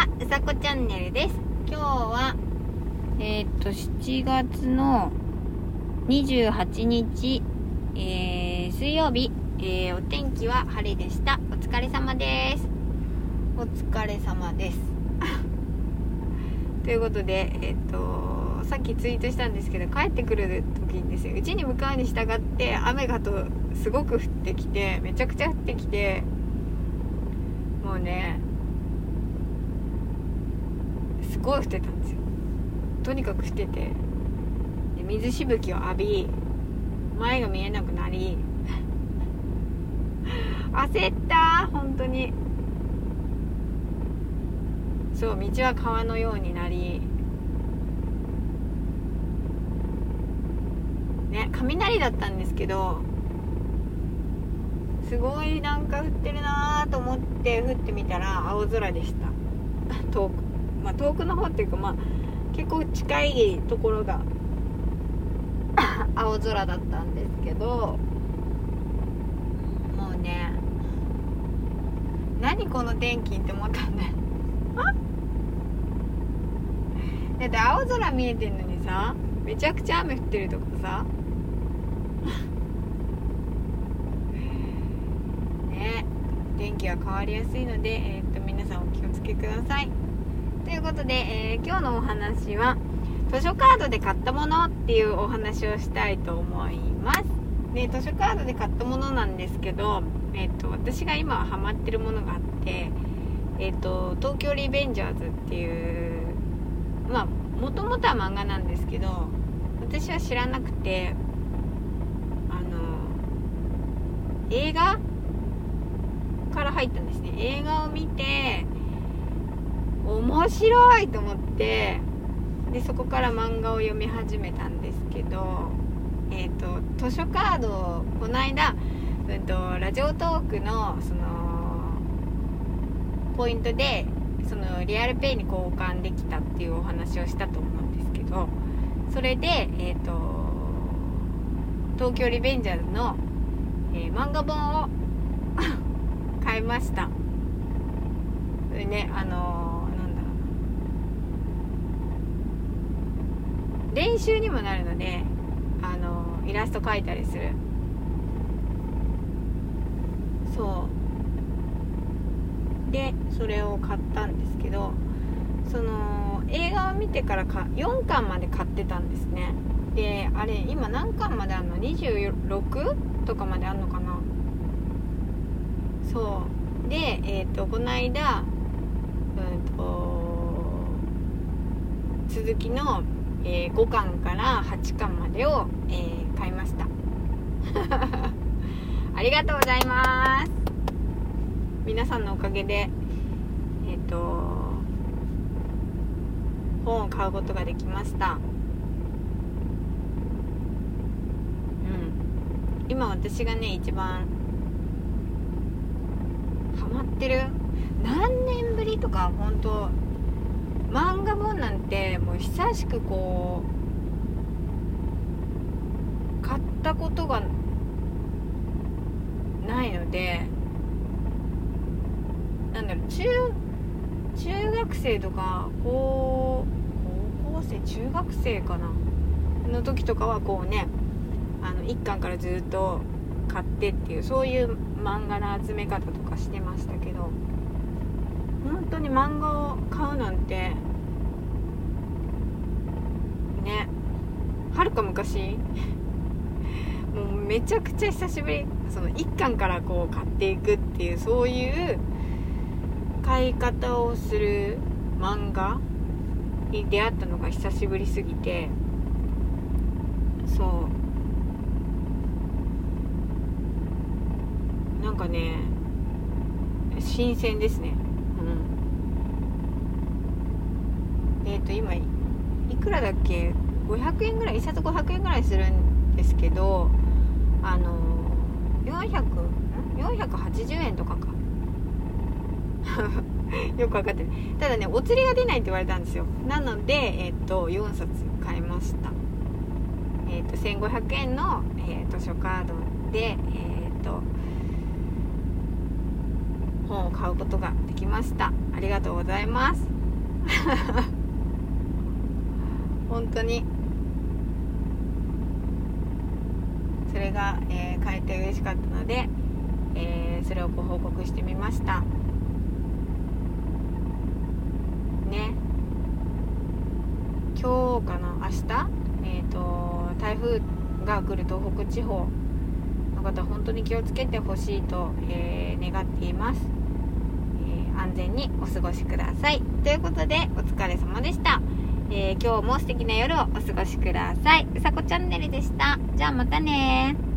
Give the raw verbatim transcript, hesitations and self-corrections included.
は、うさこチャンネルです。今日はえー、っとしちがつのにじゅうはちにち、えー、水曜日、えー、お天気は晴れでした。お疲れ様です。お疲れ様ですということで、えー、っとさっきツイートしたんですけど、帰ってくる時にですね、うちに向かうに従って雨がとすごく降ってきて、めちゃくちゃ降ってきて、もうねすごい降ってたんですよ。とにかく降ってて、で水しぶきを浴び、前が見えなくなり焦った本当に。そう、道は川のようになりね、雷だったんですけど、すごいなんか降ってるなと思って降ってみたら青空でした。遠く、まあ、遠くの方っていうか、まあ結構近いところが青空だったんですけど、もうね、何この天気って思ったんだよだって青空見えてんのにさ、めちゃくちゃ雨降ってるとこさね、天気が変わりやすいので、えー、っと皆さんお気をつけください。ということで、えー、今日のお話は図書カードで買ったものっていうお話をしたいと思います。で、図書カードで買ったものなんですけど、えー、っと私が今ハマってるものがあって、えー、っと東京リベンジャーズっていう、まあもともとは漫画なんですけど、私は知らなくて、あの映画から入ったんですね。映画を見て面白いと思って、でそこから漫画を読み始めたんですけど、えーと図書カードをこの間、うんとラジオトークのそのポイントでそのリアルペイに交換できたっていうお話をしたと思うんですけど、それで、えー、と東京リベンジャーズの、えー、漫画本を買いました。それね、あのー、なんだろう、練習にもなるので、あのー、イラスト描いたりする。そうで、それを買ったんですけど、その映画を見てからかよんかんまで買ってたんですね。で、あれ今何巻まであんの？ にじゅうろく とかまであんのかな。そうで、えっとこの間、うんと続きの、えー、ごかんからはちかんまでを、えー、買いましたありがとうございます。皆さんのおかげでえっと本を買うことができました。うん、今私がね一番ハマってる、何年ぶりとか、本当漫画本なんてもう久しくこう買ったことがないので、なんだろう、中中学生とか高高校生中学生かなの時とかはこうね、あのいっかんからずっと買ってっていう、そういう漫画の集め方とかしてましたけど、本当に漫画を買うなんてね、はるか昔もうめちゃくちゃ久しぶり。そのいっかんからこう買っていくっていう、そういう買い方をする漫画に出会ったのが久しぶりすぎて、そうなんかね新鮮ですね。うん、えっと今いくらだっけ、ごひゃくえんぐらい、いっさつごひゃくえんぐらいするんですけど、あのよんひゃく、よんひゃくはちじゅうえんとかかよく分かってない。ただね、お釣りが出ないって言われたんですよ。なので、えっとよんさつ買いました。えっとせんごひゃくえんの、えー、図書カードで、えっと本を買うことができました。ありがとうございます本当にそれが、えー、買えて嬉しかったので、えー、それをご報告してみましたね。今日かな明日、えーと、台風が来る東北地方の方本当に気をつけてほしいと、えー、願っています、えー、安全にお過ごしくださいということでお疲れ様でした。えー、今日も素敵な夜をお過ごしください。うさこチャンネルでした。じゃあまたね。